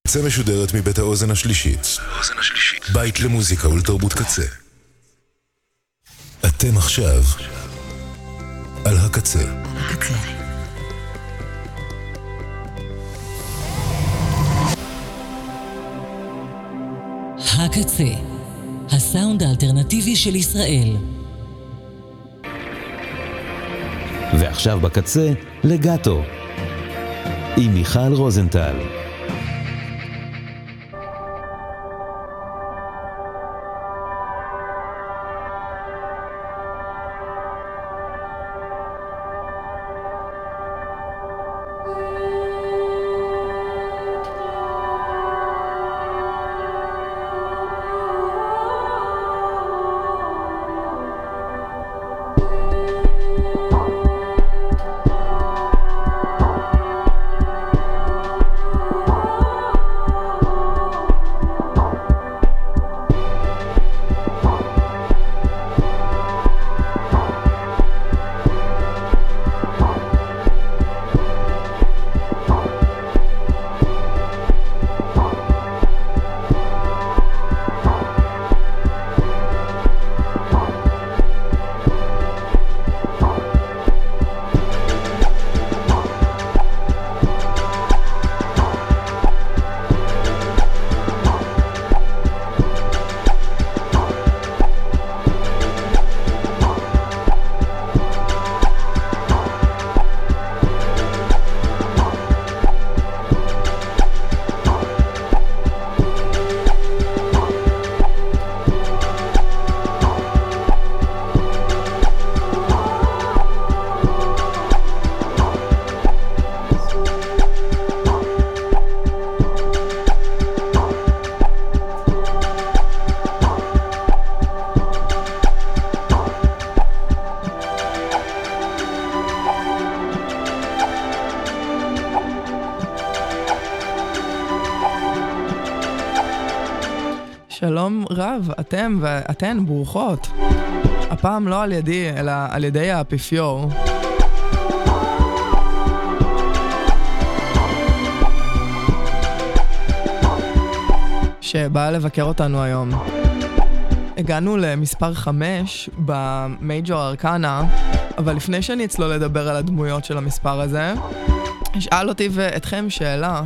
קצה משודרת מבית האוזן השלישית. בית למוזיקה ולתרבות קצה. אתם עכשיו על הקצה. הקצה, הסאונד האלטרנטיבי של ישראל. ועכשיו בקצה, לגאטו, עם מיכל רוזנטל. שלום רב, אתם ואתן ברוכות. הפעם לא על ידי, אלא על ידי האפיפיור. שבא לבקר אותנו היום. הגענו למספר 5 במייג'ור ארקנה, אבל לפני שאני אצלול לדבר על הדמויות של המספר הזה, שאל אותי ואתכם שאלה.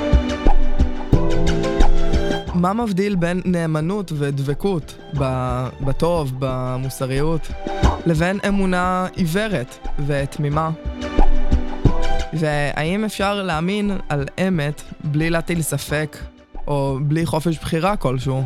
מה מבדיל בין נאמנות ודבקות בטוב, במוסריות, לבין אמונה עיוורת ותמימה? והאם אפשר להאמין על אמת בלי להטיל ספק או בלי חופש בחירה כלשהו?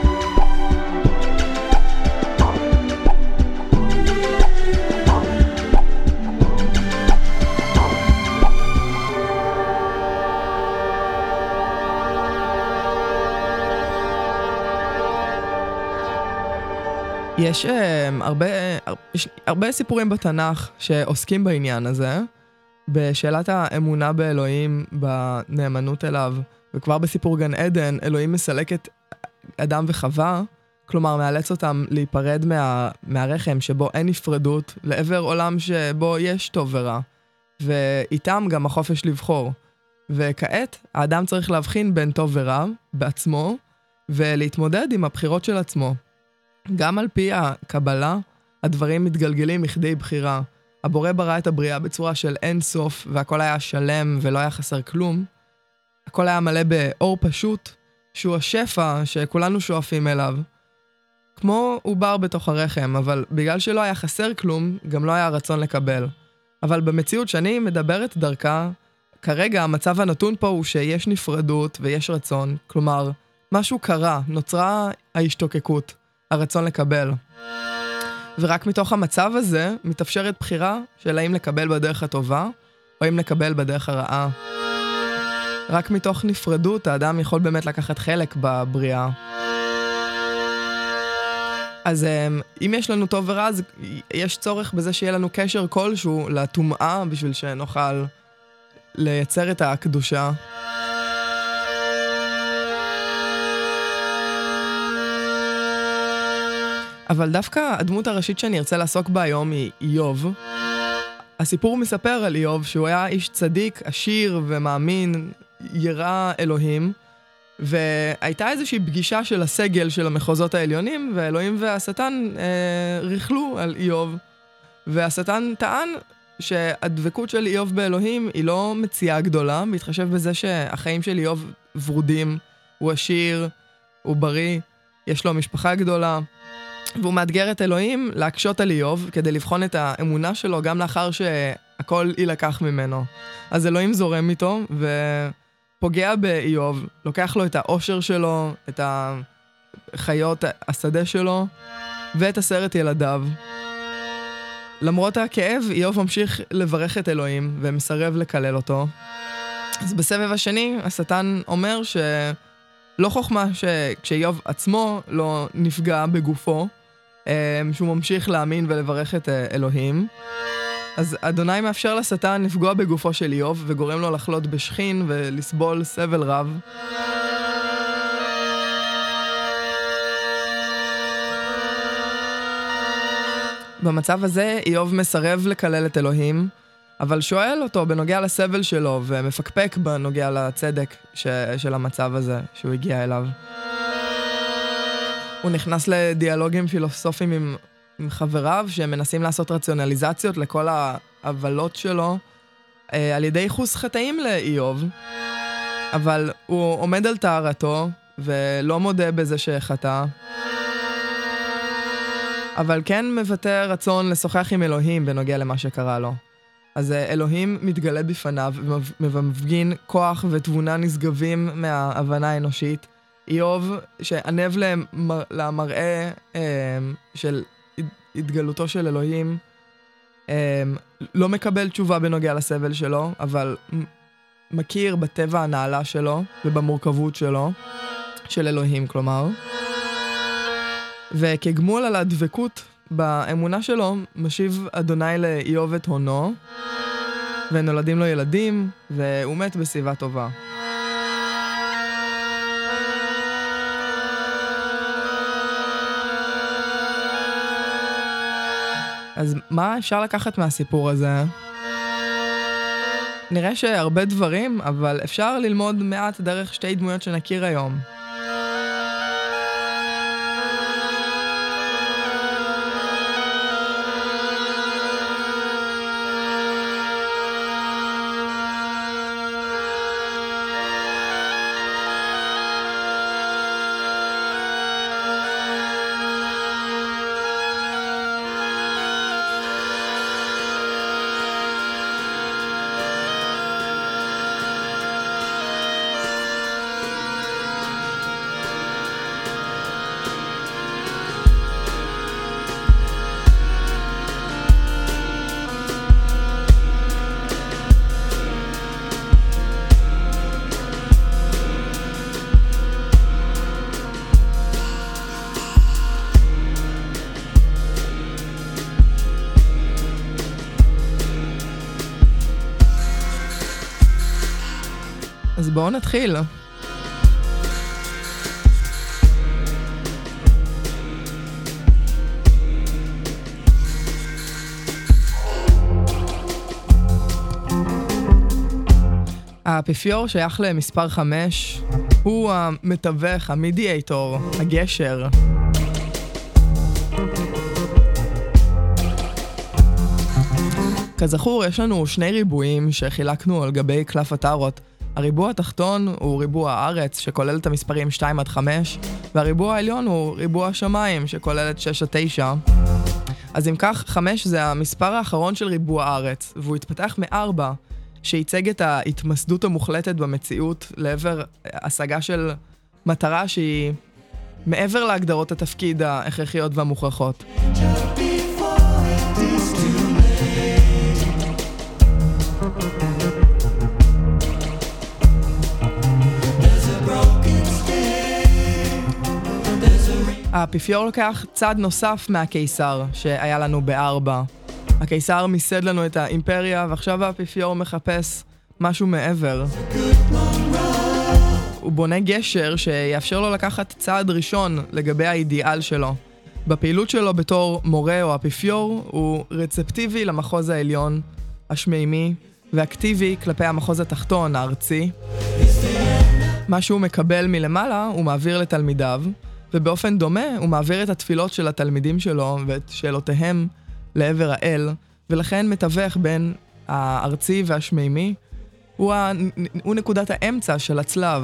יש הרבה סיפורים בתנ"ך שעוסקים בעניין הזה, בשאלת האמונה באלוהים, בנאמנות אליו, וכבר בסיפור גן עדן, אלוהים מסלק את אדם וחווה, כלומר מאלץ אותם להיפרד מהרחם שבו אין נפרדות, לעבר עולם שבו יש טוב ורע, ואיתם גם החופש לבחור. וכעת האדם צריך להבחין בין טוב ורע בעצמו, ולהתמודד עם הבחירות של עצמו. גם על פי הקבלה, הדברים מתגלגלים מכדי בחירה. הבורא ברא את הבריאה בצורה של אין סוף, והכל היה שלם ולא היה חסר כלום. הכל היה מלא באור פשוט, שהוא השפע שכולנו שואפים אליו. כמו עובר בתוך הרחם, אבל בגלל שלא היה חסר כלום, גם לא היה רצון לקבל. אבל במציאות שאני מדברת דרכה, כרגע המצב הנתון פה הוא שיש נפרדות ויש רצון. כלומר, משהו קרה, נוצרה ההשתוקקות. הרצון לקבל. ורק מתוך המצב הזה מתאפשרת בחירה של האם לקבל בדרך הטובה או אם לקבל בדרך הרעה. רק מתוך נפרדות האדם יכול באמת לקחת חלק בבריאה. אז אם יש לנו טוב ורע, אז יש צורך בזה שיהיה לנו קשר כלשהו לטומאה בשביל שנוכל לייצר את הקדושה. אבל דווקא הדמות הראשית שאני ארצה לעסוק בה היום היא איוב. הסיפור מספר על איוב שהוא היה איש צדיק, עשיר ומאמין, ירא אלוהים, והייתה איזושהי פגישה של הסגל של המחוזות העליונים, ואלוהים והשטן ריחלו על איוב, והשטן טען שהדבקות של איוב באלוהים היא לא מציאה גדולה, בהתחשב בזה שהחיים של איוב ורודים, הוא עשיר, הוא בריא, יש לו משפחה גדולה, והוא מאתגר את אלוהים להקשות על איוב, כדי לבחון את האמונה שלו גם לאחר שהכל יילקח ממנו. אז אלוהים זורם איתו, ופוגע באיוב, לוקח לו את האושר שלו, את החיות השדה שלו, ואת 10 ילדיו. למרות הכאב, איוב ממשיך לברך את אלוהים, ומסרב לקלל אותו. אז בסבב השני, השטן אומר שלא חוכמה שכשאיוב עצמו לא נפגע בגופו, שהוא ממשיך להאמין ולברך את אלוהים. אז אדוני מאפשר לשטן לפגוע בגופו של איוב, וגורם לו לחלות בשכין ולסבול סבל רב. במצב הזה, איוב מסרב לקלל את אלוהים, אבל שואל אותו בנוגע לסבל שלו, ומפקפק בנוגע לצדק של המצב הזה שהוא הגיע אליו. הוא נכנס לדיאלוגים פילוסופיים עם חבריו, שמנסים לעשות רציונליזציות לכל ההבלות שלו, על ידי ייחוס חטאים לאיוב, אבל הוא עומד על טהרתו, ולא מודה בזה שחטא. אבל כן מבטא רצון לשוחח עם אלוהים בנוגע למה שקרה לו. אז אלוהים מתגלה בפניו ומפגין כוח ותבונה נשגבים מההבנה האנושית. איוב, שענב למראה של התגלותו של אלוהים, לא מקבל תשובה בנוגע לסבל שלו, אבל מכיר בטבע הנעלה שלו ובמורכבות שלו, של אלוהים כלומר. וכגמול על הדבקות באמונה שלו, משיב אדוני לאיוב את הונו, ונולדים לו ילדים, והוא מת בסביבה טובה. אז מה אפשר לקחת מהסיפור הזה? נראה שהרבה דברים, אבל אפשר ללמוד מעט דרך 2 דמויות שנכיר היום. אז בואו נתחיל. האפיפיור שייך למספר 5, הוא המתווך, המדיאטור, הגשר. כזכור, יש לנו 2 ריבועים שחילקנו על גבי קלף הטארוט. הריבוע התחתון הוא ריבוע הארץ שכולל את המספרים 2 עד 5, והריבוע העליון הוא ריבוע השמיים שכולל את 6 עד 9. אז אם כך, 5 זה המספר האחרון של ריבוע הארץ, והוא התפתח מ4, שייצג את ההתמסדות המוחלטת במציאות לעבר השגה של מטרה שהיא מעבר להגדרות התפקיד ההכרחיות והמוכרחות. האפיפיור לוקח צד נוסף מהקיסר שהיה לנו ב4. הקיסר מיסד לנו את האימפריה, ועכשיו האפיפיור מחפש משהו מעבר. הוא בונה גשר שיאפשר לו לקחת צעד ראשון לגבי האידיאל שלו. בפעילות שלו בתור מורה או אפיפיור הוא רצפטיבי למחוז העליון, השמימי, ואקטיבי כלפי המחוז התחתון, הארצי. מה שהוא מקבל מלמעלה הוא מעביר לתלמידיו, ובאופן דומה הוא מעביר את התפילות של התלמידים שלו ואת שאלותיהם לעבר האל, ולכן מתווך בין הארצי והשמימי, הוא נקודת האמצע של הצלב.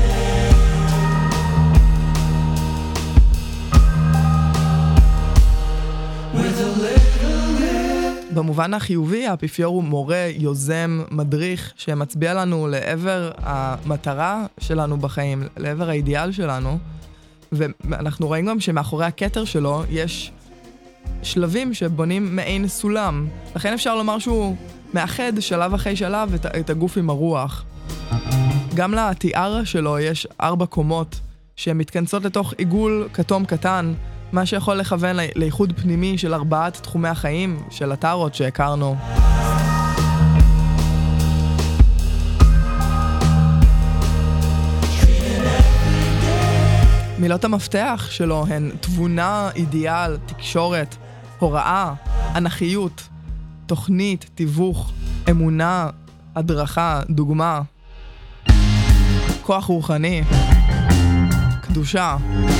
במובן החיובי, האפיפיור הוא מורה, יוזם, מדריך, שמצביע לנו לעבר המטרה שלנו בחיים, לעבר האידיאל שלנו, ואנחנו רואים גם שמאחורי הכתר שלו יש שלבים שבונים מעין סולם. לכן אפשר לומר שהוא מאחד שלב אחרי שלב את הגוף עם הרוח. גם לתיארה שלו יש 4 קומות שמתכנסות לתוך עיגול כתום קטן, מה שיכול לכוון לייחוד פנימי של 4 תחומי החיים של הטארות שהכרנו. מילות המפתח שלו הן תבונה, אידיאל, תקשורת, הוראה, אנכיות, תוכנית, תיווך, אמונה, הדרכה, דוגמה, כוח רוחני, קדושה.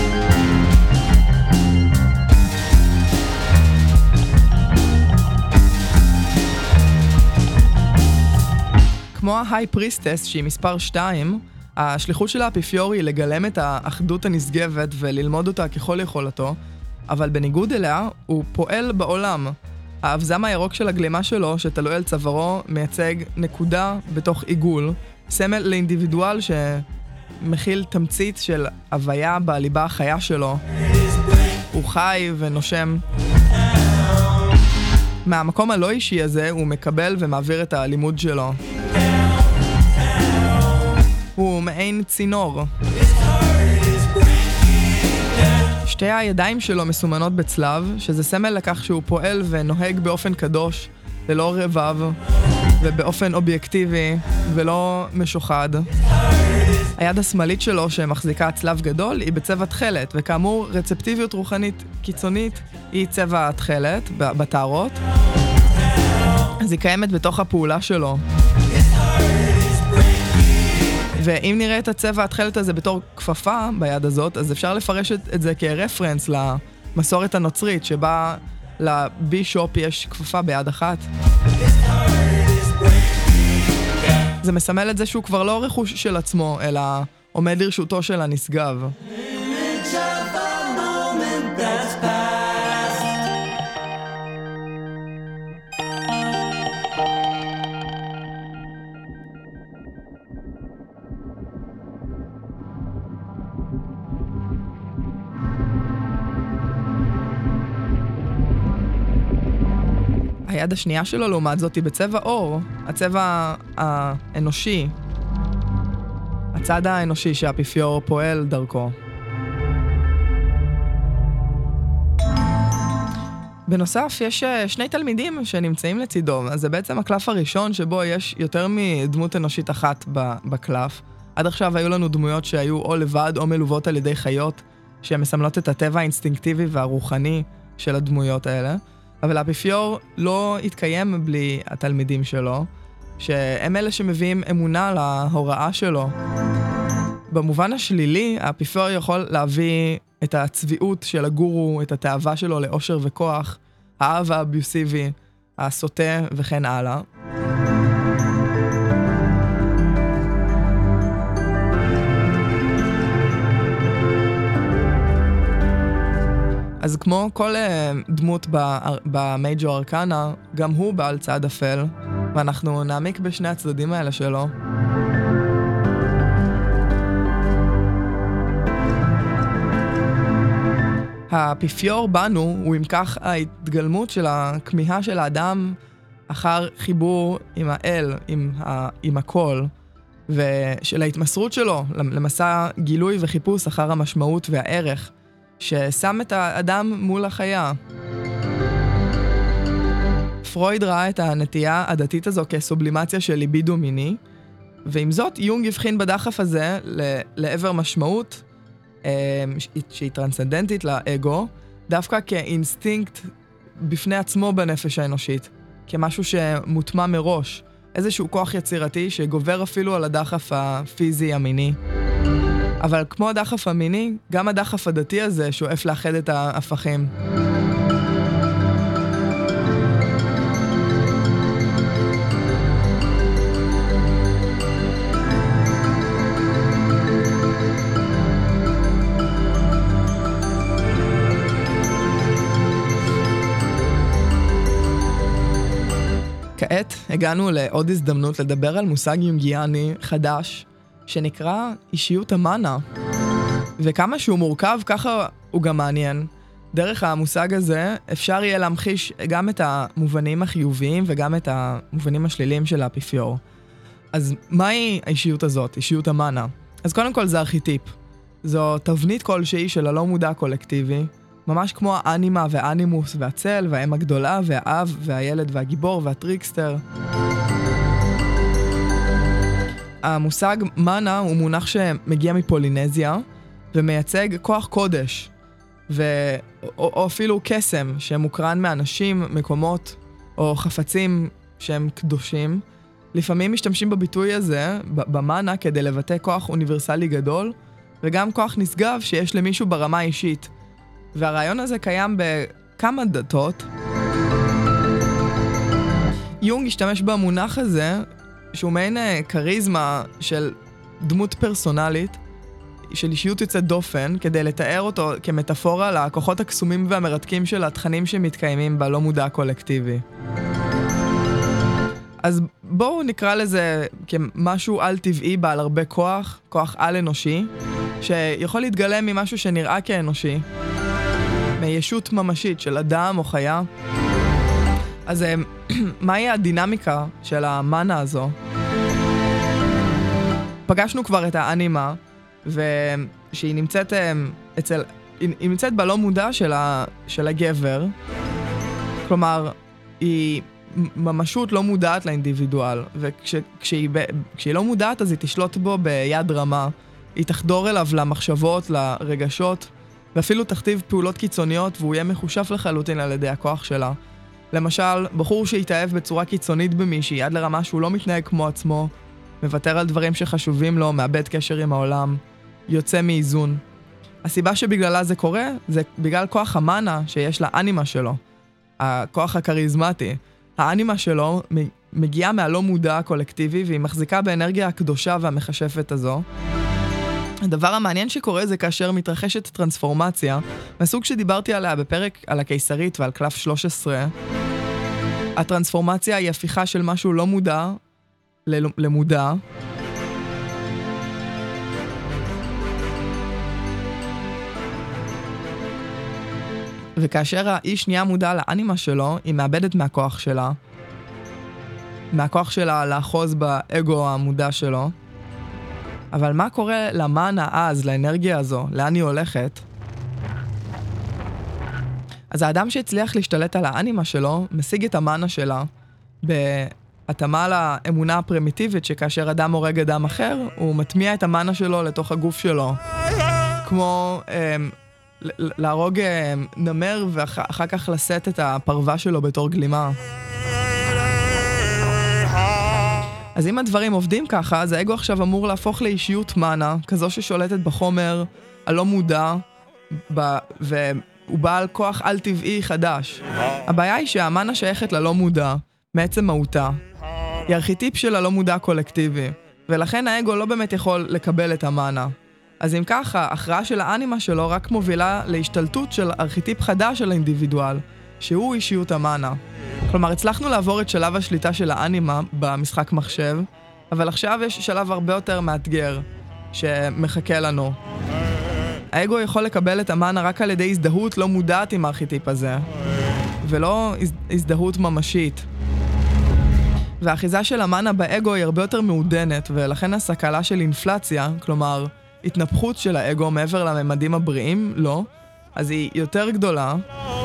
כמו ההיי פריסטס, שהיא מספר 2, השליחות של האפיפיור היא לגלם את האחדות הנשגבת וללמוד אותה ככל יכולתו, אבל בניגוד אליה, הוא פועל בעולם. האבזם הירוק של הגלימה שלו, שתלוי על צווארו, מייצג נקודה בתוך עיגול, סמל לאינדיבידואל שמכיל תמצית של הוויה בליבה החיה שלו. הוא חי ונושם. מהמקום הלא אישי הזה הוא מקבל ומעביר את הלימוד שלו. הוא מעין צינור. שתי הידיים שלו מסומנות בצלב, שזה סמל לכך שהוא פועל ונוהג באופן קדוש, ללא רבב, ובאופן אובייקטיבי, ולא משוחד. היד השמאלית שלו, שמחזיקה צלב גדול, היא בצבע תכלת, וכאמור, רצפטיביות רוחנית קיצונית היא צבע התכלת בטהרות. אז היא קיימת בתוך הפעולה שלו. ואם נראה את הצבע התכלת הזה בתור כפפה ביד הזאת, אז אפשר לפרש את זה כרפרנס למסורת הנוצרית, שבה לבישופ יש כפפה ביד אחת. זה מסמל את זה שהוא כבר לא רכוש של עצמו, אלא עומד לרשותו של הנשגב. היד השנייה שלו לעומת זאת היא בצבע אור, הצבע האנושי, הצד האנושי שהאפיפיור פועל דרכו. בנוסף, יש 2 תלמידים שנמצאים לצידו, אז זה בעצם הקלף הראשון שבו יש יותר מדמות אנושית אחת בקלף. עד עכשיו היו לנו דמויות שהיו או לבד או מלוות על ידי חיות, שמסמלות את הטבע האינסטינקטיבי והרוחני של הדמויות האלה. אבל האפיפיור לא התקיים בלי התלמידים שלו, שהם אלה שמביאים אמונה להוראה שלו. במובן השלילי, האפיפיור יכול להביא את הצביעות של הגורו, את התאווה שלו לאושר וכוח, האב האביוסיבי, הסוטה וכן הלאה. אז כמו כל דמות במייג'ור ארקנה, גם הוא בעל צד אפל, ואנחנו נעמיק בשני הצדדים האלה שלו. האפיפיור בנו הוא אם כך ההתגלמות של הכמיהה של האדם אחר חיבור עם האל, עם הכל, ושל ההתמסרות שלו למסע גילוי וחיפוש אחר המשמעות והערך, ששם את האדם מול החיה. פרויד ראה את הנטייה הדתית הזו כסובלימציה של ליבידו מיני, ועם זאת יונג הבחין בדחף הזה לעבר משמעות שהיא טרנסצנדנטית לאגו, דווקא כאינסטינקט בפני עצמו בנפש האנושית, כמשהו שמוטמע מראש, איזשהו כוח יצירתי שגובר אפילו על הדחף הפיזי המיני. אבל כמו הדחף המיני, גם הדחף הדתי הזה שואף לאחד את ההפכים. כעת הגענו לעוד הזדמנות לדבר על מושג יונגיאני חדש שנקרא אישיות המאנה. וכמה שהוא מורכב, ככה הוא גם מעניין. דרך המושג הזה אפשר יהיה להמחיש גם את המובנים החיוביים וגם את המובנים השליליים של האפיפיור. אז מהי האישיות הזאת, אישיות המאנה? אז קודם כל זה ארכיטיפ. זו תבנית כלשהי של הלא מודע הקולקטיבי, ממש כמו האנימה והאנימוס והצל והאם הגדולה והאב והילד והגיבור והטריקסטר. המושג מאנה הוא מונח שמגיע מפולינזיה ומייצג כוח קודש או אפילו קסם שמוקרן מאנשים, מקומות או חפצים שהם קדושים. לפעמים משתמשים בביטוי הזה, במאנה, כדי לבטא כוח אוניברסלי גדול וגם כוח נשגב שיש למישהו ברמה האישית. והרעיון הזה קיים בכמה דתות. יונג השתמש במונח הזה, שהוא מעין קריזמה של דמות פרסונלית, של אישיות יוצאת דופן, כדי לתאר אותו כמטאפורה לכוחות הקסומים והמרתקים של התכנים שמתקיימים בלא מודע הקולקטיבי. אז בואו נקרא לזה כמשהו על טבעי בעל הרבה כוח, כוח על אנושי, שיכול להתגלם ממשהו שנראה כאנושי, מישות ממשית של אדם או חיה. אז מהי הדינמיקה של המאנה הזו? פגשנו כבר את האנימה, ושהיא נמצאת היא נמצאת בלא מודע של הגבר. כלומר, היא ממשות לא מודעת לאינדיבידואל, וכשהיא לא מודעת אז היא תשלוט בו ביד רמה. היא תחדור אליו למחשבות, לרגשות, ואפילו תכתיב פעולות קיצוניות, והוא יהיה מחושף לחלוטין על ידי הכוח שלה. למשל, בחור שהתאהב בצורה קיצונית במישהי, עד לרמה שהוא לא מתנהג כמו עצמו, מוותר על דברים שחשובים לו, מאבד קשר עם העולם, יוצא מאיזון. הסיבה שבגללה זה קורה, זה בגלל כוח המאנה שיש לאנימה שלו, הכוח הקריזמטי. האנימה שלו מגיעה מהלא מודע הקולקטיבי, והיא מחזיקה באנרגיה הקדושה והמחשפת הזו. הדבר המעניין שקורה זה כאשר מתרחשת טרנספורמציה, מהסוג שדיברתי עליה בפרק על הקיסרית ועל קלף 13. הטרנספורמציה היא הפיכה של משהו לא מודע למודע. וכאשר האיש נהיה מודע לאנימה שלו, היא מאבדת מהכוח שלה לאחוז באגו המודע שלו. אבל מה קורה למאנה אז, לאנרגיה הזו? לאן היא הולכת? אז האדם שהצליח להשתלט על האנימה שלו, משיג את המאנה שלה בהתאמה לאמונה הפרימיטיבית שכאשר אדם הורג אדם אחר, הוא מטמיע את המאנה שלו לתוך הגוף שלו. כמו להרוג נמר ואחר כך לשאת את הפרווה שלו בתור גלימה. אז אם הדברים עובדים ככה, אז האגו עכשיו אמור להפוך לאישיות מאנה, כזו ששולטת בחומר הלא מודע, והוא בעל כוח על טבעי חדש. הבעיה היא שהמאנה שייכת ללא מודע, מעצם מהותה. היא ארכיטיפ של הלא מודע קולקטיבי, ולכן האגו לא באמת יכול לקבל את המאנה. אז אם ככה, הכרעה של האנימה שלו רק מובילה להשתלטות של ארכיטיפ חדש של האינדיבידואל, שהוא אישיות המאנה. כלומר, הצלחנו לעבור את שלב השליטה של האנימה במשחק מחשב, אבל עכשיו יש שלב הרבה יותר מאתגר שמחכה לנו. האגו יכול לקבל את המאנה רק על ידי הזדהות לא מודעת עם הארכיטיפ הזה, ולא הזדהות ממשית. והאחיזה של המאנה באגו היא הרבה יותר מעודנת, ולכן הסכלה של אינפלציה, כלומר, התנפחות של האגו מעבר לממדים הבריאים, לא, אז היא יותר גדולה.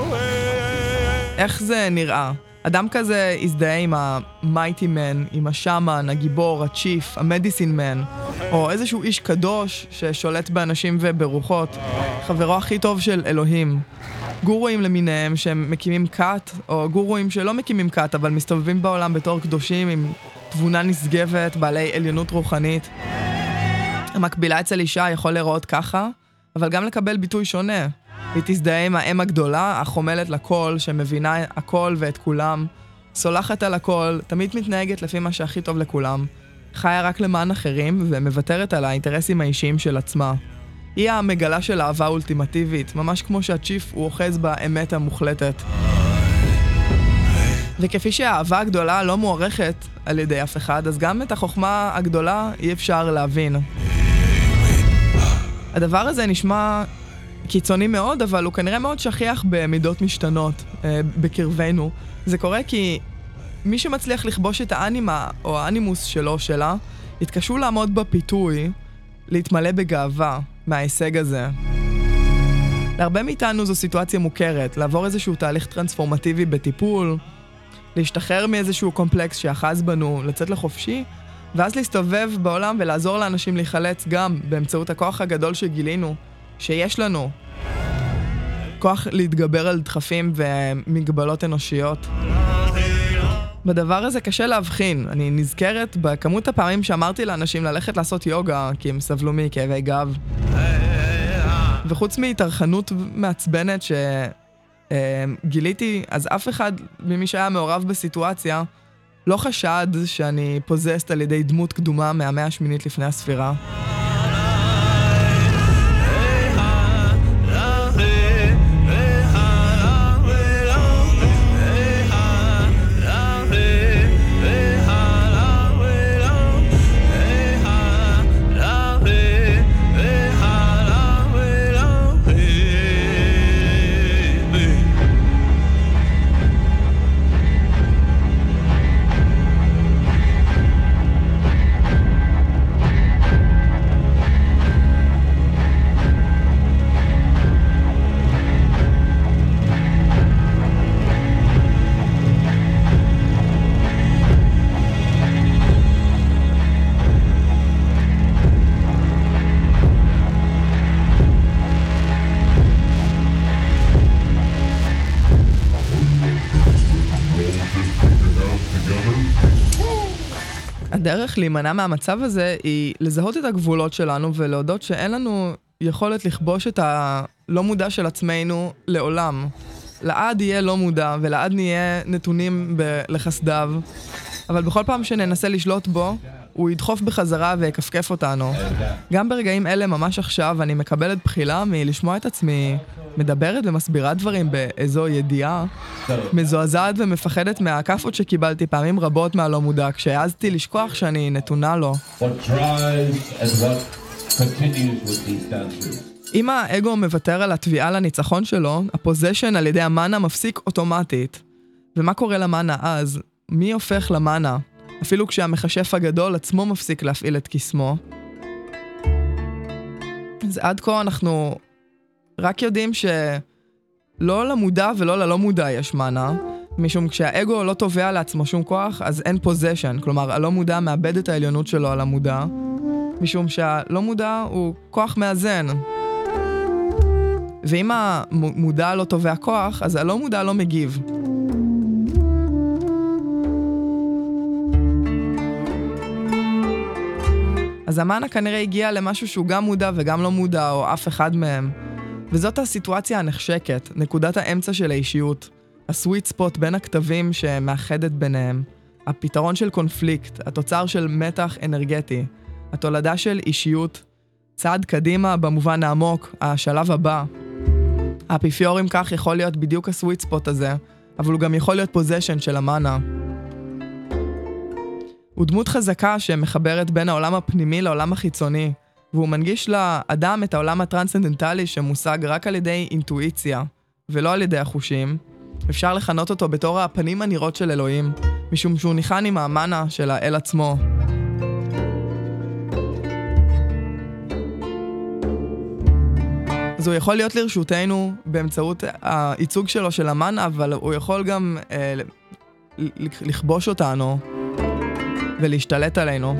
איך זה נראה? אדם כזה הזדהה עם המייטי מן, עם השאמן, הגיבור, הצ'יף, המדיסין מן, או איזשהו איש קדוש ששולט באנשים וברוחות, חברו הכי טוב של אלוהים. גורואים למיניהם שהם מקימים קאט, או גורואים שלא מקימים קאט, אבל מסתובבים בעולם בתור קדושים עם תבונה נשגבת, בעלי עליונות רוחנית. המקבילה אצל אישה יכול לראות ככה, אבל גם לקבל ביטוי שונה. היא תזדהה עם האם הגדולה, החומלת לכל, שמבינה הכל ואת כולם, סולחת על הכל, תמיד מתנהגת לפי מה שהכי טוב לכולם, חיה רק למען אחרים ומוותרת על האינטרסים האישיים של עצמה. היא המגלה של אהבה אולטימטיבית, ממש כמו שהצ'יף הוא אוחז באמת המוחלטת. וכפי שהאהבה הגדולה לא מוערכת על ידי אף אחד, אז גם את החוכמה הגדולה אי אפשר להבין. הדבר הזה נשמע קיצוני מאוד, אבל הוא כנראה מאוד שכיח במידות משתנות בקרבנו. זה קורה כי מי שמצליח לכבוש את האנימה או האנימוס שלו שלה, יתקשו לעמוד בפיתוי, להתמלא בגאווה מההישג הזה. להרבה מאיתנו זו סיטואציה מוכרת, לעבור איזשהו תהליך טרנספורמטיבי בטיפול, להשתחרר מאיזשהו קומפלקס שאחז בנו, לצאת לחופשי, ואז להסתובב בעולם ולעזור לאנשים להיחלץ גם באמצעות הכוח הגדול שגילינו, שיש לנו. כוח להתגבר על דחפים ומגבלות אנושיות. בדבר הזה קשה להבחין. אני נזכרת בכמות הפעמים שאמרתי לאנשים ללכת לעשות יוגה, כי הם סבלו מכאבי גב. וחוץ מהתארכנות מעצבנת שגיליתי, אז אף אחד ממי שהיה מעורב בסיטואציה לא חשד שאני פוזסת על ידי דמות קדומה מהמאה השמינית לפני הספירה. הדרך להימנע מהמצב הזה היא לזהות את הגבולות שלנו ולהודות שאין לנו יכולת לכבוש את הלא מודע של עצמנו לעולם. לעד יהיה לא מודע ולעד נהיה נתונים לחסדיו, אבל בכל פעם שננסה לשלוט בו, הוא ידחוף בחזרה ויקפקף אותנו. גם ברגעים אלה ממש עכשיו אני מקבלת בחילה מלשמוע את עצמי מדברת ומסבירה דברים באיזו ידיעה, מזועזעת ומפחדת מהכפות שקיבלתי פעמים רבות מהלא מודע, כשהעזתי לשכוח שאני נתונה לו. אם האגו מוותר על התביעה לניצחון שלו, הפוזיישן על ידי המאנה מפסיק אוטומטית. ומה קורה למאנה אז? מי הופך למאנה? אפילו כשהמחשף הגדול עצמו מפסיק להפעיל את קסמו. אז עד כה אנחנו רק יודעים שלא למודע ולא ללא מודע יש מאנה, משום כשהאגו לא תובע לעצמו שום כוח, אז אין פוזיישן, כלומר הלא מודע מאבד את העליונות שלו על המודע, משום שהלא מודע הוא כוח מאזן. ואם המודע לא תובע כוח, אז הלא מודע לא מגיב. אז המאנה כנראה הגיע למשהו שהוא גם מודע וגם לא מודע, או אף אחד מהם. וזאת הסיטואציה הנחשקת, נקודת האמצע של האישיות, הסוויט ספוט בין הכתבים שמאחדת ביניהם, הפתרון של קונפליקט, התוצר של מתח אנרגטי, התולדה של אישיות, צעד קדימה במובן העמוק, השלב הבא. האפיפיור אם כך יכול להיות בדיוק הסוויט ספוט הזה, אבל הוא גם יכול להיות פוזיישן של המאנה. הוא דמות חזקה שמחברת בין העולם הפנימי לעולם החיצוני, והוא מנגיש לאדם את העולם הטרנסצנדנטלי שמושג רק על ידי אינטואיציה, ולא על ידי החושים. אפשר לכנות אותו בתור הפנים הנראות של אלוהים, משום שהוא ניחן עם המאנה של האל עצמו. אז הוא יכול להיות לרשותנו באמצעות הייצוג שלו של המאנה, אבל הוא יכול גם לכבוש אותנו ולהשתלט עלינו.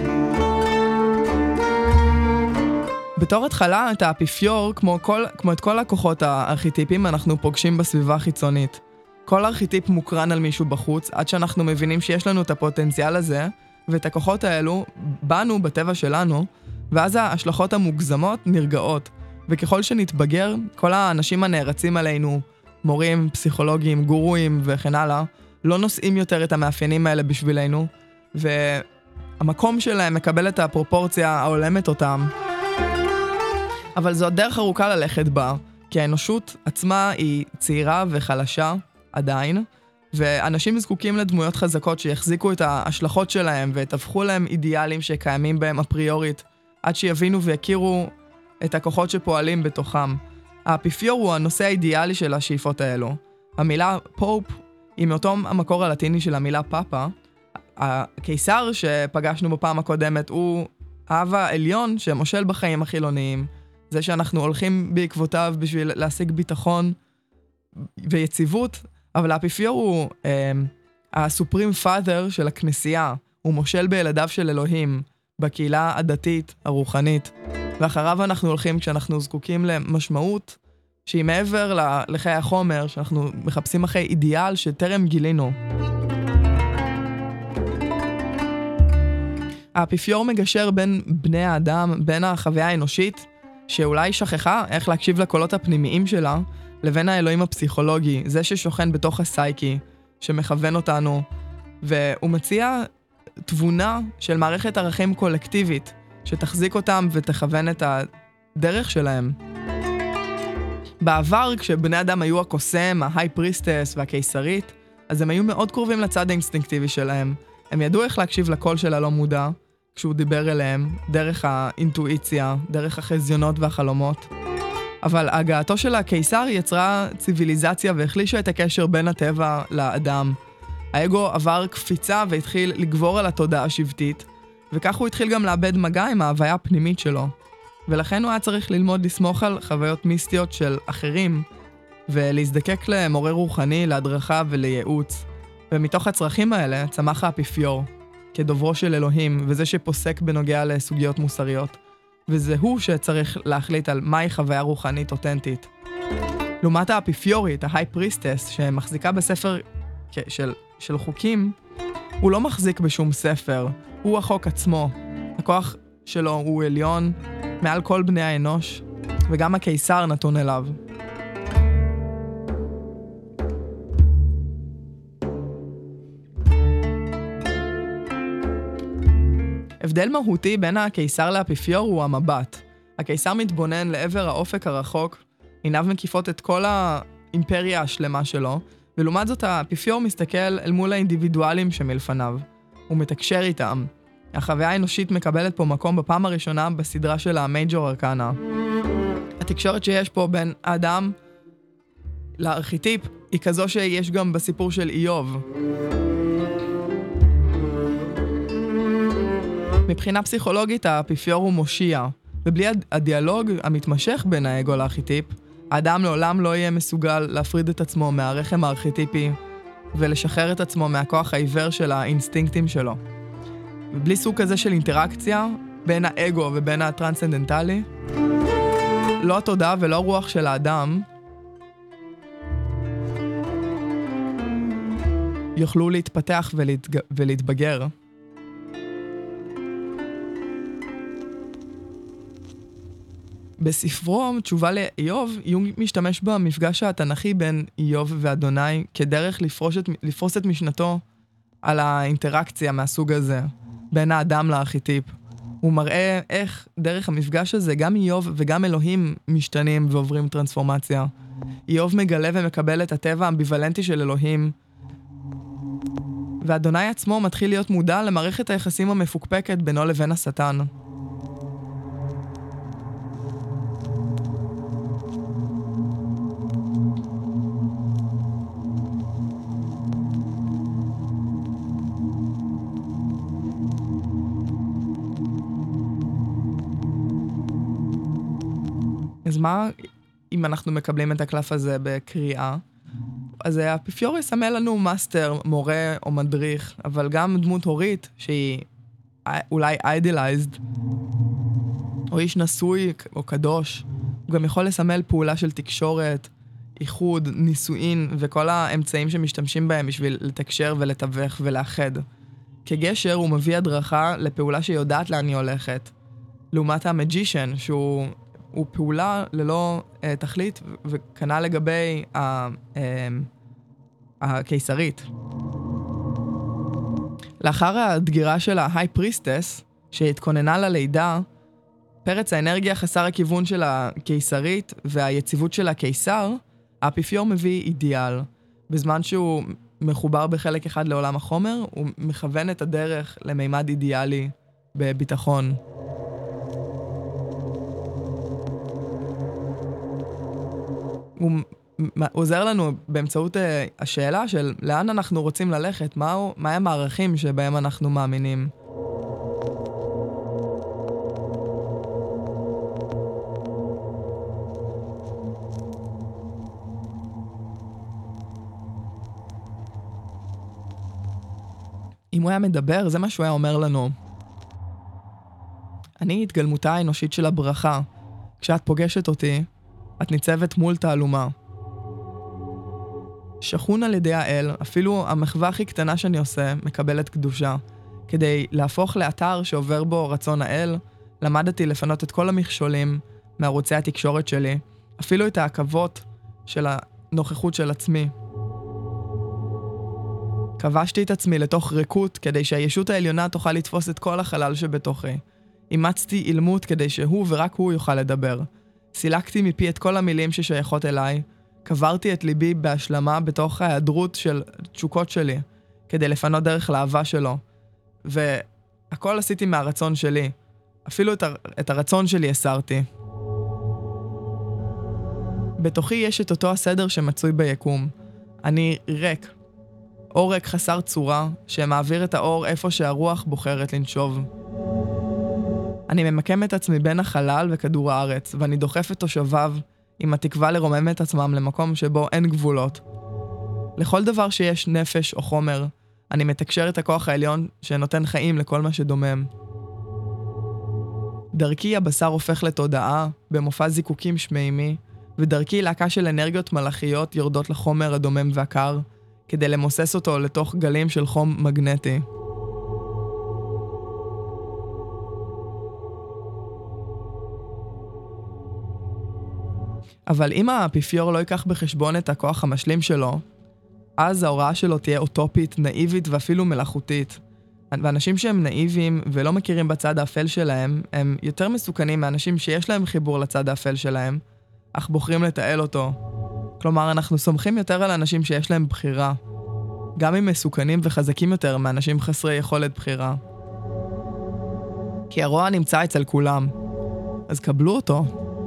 בתור התחלה, את האפיפיור, כמו את כל הכוחות הארכיטיפים, אנחנו פוגשים בסביבה החיצונית. כל ארכיטיפ מוקרן על מישהו בחוץ, עד שאנחנו מבינים שיש לנו את הפוטנציאל הזה, ואת הכוחות האלו, בנו, בטבע שלנו, ואז ההשלכות המוגזמות נרגעות, וככל שנתבגר, כל האנשים הנערצים עלינו, מורים, פסיכולוגים, גורואים וכן הלאה, לא נושאים יותר את המאפיינים האלה בשבילנו, והמקום שלהם מקבל את הפרופורציה ההולמת אותם. אבל זו דרך ארוכה ללכת בה, כי האנושות עצמה היא צעירה וחלשה עדיין, ואנשים זקוקים לדמויות חזקות שיחזיקו את ההשלכות שלהם ויתפחו להם אידיאלים שקיימים בהם אפריורית, עד שיבינו ויכירו את הכוחות שפועלים בתוכם. האפיפיור הוא הנושא האידיאלי של השאיפות האלו. המילה פופ היא מאותו המקור הלטיני של המילה פאפה. הקיסר שפגשנו בפעם הקודמת הוא האב העליון שמושל בחיים החילוניים. זה שאנחנו הולכים בעקבותיו בשביל להשיג ביטחון ויציבות, אבל האפיפיור הוא הסופרים פאדר של הכנסייה. הוא מושל בילדיו של אלוהים, בקהילה הדתית, הרוחנית. ואחריו אנחנו הולכים כשאנחנו זקוקים למשמעות שהיא מעבר לחיי החומר, שאנחנו מחפשים אחרי אידיאל שטרם גילינו. האפיפיור מגשר בין בני האדם, בין החוויה האנושית, שאולי שכחה איך להקשיב לקולות הפנימיים שלה, לבין האלוהים הפסיכולוגי, זה ששוכן בתוך הסייקי, שמכוון אותנו, והוא מציע תבונה של מערכת ערכים קולקטיבית, שתחזיק אותם ותכוון את הדרך שלהם. בעבר, כשבני אדם היו הקוסם, ההיי פריסטס והקיסרית, אז הם היו מאוד קרובים לצד האינסטינקטיבי שלהם. הם ידעו איך להקשיב לקול של הלא מודע, כשהוא דיבר אליהם, דרך האינטואיציה, דרך החזיונות והחלומות. אבל הגעתו של הקיסר יצרה ציוויליזציה והחלישה את הקשר בין הטבע לאדם. האגו עבר קפיצה והתחיל לגבור על התודעה השבטית, וכך הוא התחיל גם לאבד מגע עם ההוויה הפנימית שלו. ולכן הוא היה צריך ללמוד לסמוך על חוויות מיסטיות של אחרים, ולהזדקק למורה רוחני, להדרכה ולייעוץ. ומתוך הצרכים האלה צמח האפיפיור, כדוברו של אלוהים, וזה שפוסק בנוגע לסוגיות מוסריות. וזה הוא שצריך להחליט על מהי חוויה רוחנית אותנטית. לעומת האפיפיורית, ההיי פריסטס, שמחזיקה בספר של חוקים, הוא לא מחזיק בשום ספר, הוא החוק עצמו. הכוח שלו הוא עליון מעל כל בני האנוש, וגם הקיסר נתון אליו. הבדל מהותי בין הקיסר לאפיפיור הוא המבט. הקיסר מתבונן לעבר האופק הרחוק, עיניו מקיפות את כל האימפריה השלמה שלו, ולעומת זאת האפיפיור מסתכל אל מול האינדיבידואלים שמלפניו. הוא מתקשר איתם. החוויה האנושית מקבלת פה מקום בפעם הראשונה בסדרה של המייג'ור ארקנה. התקשורת שיש פה בין האדם לארכיטיפ היא כזו שיש גם בסיפור של איוב. מבחינה פסיכולוגית האפיפיור הוא מושיע, ובלי הדיאלוג המתמשך בין האגו לארכיטיפ, האדם לעולם לא יהיה מסוגל להפריד את עצמו מהרחם הארכיטיפי ולשחרר את עצמו מהכוח העיוור של האינסטינקטים שלו. ובלי סוג כזה של אינטראקציה בין האגו ובין הטרנסצנדנטלי, לא התודעה ולא הרוח של האדם יוכלו להתפתח ולהתבגר. בספרו תשובה לאיוב, יונג משתמש במפגש התנ"כי בין איוב ואדוני כדרך לפרוס את משנתו על האינטראקציה מהסוג הזה, בין האדם לארכיטיפ. הוא מראה איך דרך המפגש הזה גם איוב וגם אלוהים משתנים ועוברים טרנספורמציה. איוב מגלה ומקבל את הטבע האמביוולנטי של אלוהים, ואדוני עצמו מתחיל להיות מודע למערכת היחסים המפוקפקת בינו לבין השטן. אז מה אם אנחנו מקבלים את הקלף הזה בקריאה? אז האפיפיור יסמל לנו מאסטר, מורה או מדריך, אבל גם דמות הורית שהיא אולי אידלייזד, או איש נשוי או קדוש. הוא גם יכול לסמל פעולה של תקשורת, איחוד, נישואין וכל האמצעים שמשתמשים בהם בשביל לתקשר ולתווך ולאחד. כגשר הוא מביא הדרכה לפעולה שיודעת לאן היא הולכת. לעומת המג'ישן, שהוא פעולה ללא תכלית, וכנ"ל לגבי הקיסרית. לאחר הדגירה של ההיי פריסטס, שהתכוננה ללידה, פרץ האנרגיה חסר הכיוון של הקיסרית והיציבות של הקיסר, האפיפיור מביא אידיאל. בזמן שהוא מחובר בחלק אחד לעולם החומר, הוא מכוון את הדרך למימד אידיאלי בביטחון. הוא עוזר לנו באמצעות השאלה של לאן אנחנו רוצים ללכת, מה הם הערכים שבהם אנחנו מאמינים. אם הוא היה מדבר, זה מה שהוא היה אומר לנו. אני התגלמותה האנושית של הברכה. כשאת פוגשת אותי, את ניצבת מול תעלומה. שכון על ידי האל, אפילו המחווה הכי קטנה שאני עושה, מקבלת קדושה. כדי להפוך לאתר שעובר בו רצון האל, למדתי לפנות את כל המכשולים מערוצי התקשורת שלי, אפילו את העכבות של הנוכחות של עצמי. כבשתי את עצמי לתוך ריקות כדי שהישות העליונה תוכל לתפוס את כל החלל שבתוכי. אימצתי אילמות כדי שהוא ורק הוא יוכל לדבר. סילקתי מפי את כל המילים ששייכות אליי, קברתי את ליבי בהשלמה בתוך ההיעדרות של תשוקות שלי, כדי לפנות דרך לאהבה שלו. והכל עשיתי מהרצון שלי. אפילו את הרצון שלי הסרתי. בתוכי יש את אותו הסדר שמצוי ביקום. אני ריק. אור ריק חסר צורה, שמעביר את האור איפה שהרוח בוחרת לנשוב. אני ממקם את עצמי בין החלל וכדור הארץ, ואני דוחף את תושביו עם התקווה לרומם את עצמם למקום שבו אין גבולות. לכל דבר שיש נפש או חומר, אני מתקשר את הכוח העליון שנותן חיים לכל מה שדומם. דרכי הבשר הופך לתודעה במופע זיקוקים שמימי, ודרכי להקה של אנרגיות מלאכיות יורדות לחומר הדומם והקר, כדי למוסס אותו לתוך גלים של חום מגנטי. אבל אם האפיפיור לא ייקח בחשבון את הכוח המשלים שלו, אז ההוראה שלו תהיה אוטופית, נאיבית ואפילו מלאכותית. ואנשים שהם נאיביים ולא מכירים בצד האפל שלהם, הם יותר מסוכנים מאנשים שיש להם חיבור לצד האפל שלהם, אך בוחרים לתעל אותו. כלומר, אנחנו סומכים יותר על אנשים שיש להם בחירה, גם אם מסוכנים וחזקים יותר מאנשים חסרי יכולת בחירה. כי הרוע נמצא אצל כולם, אז קבלו אותו.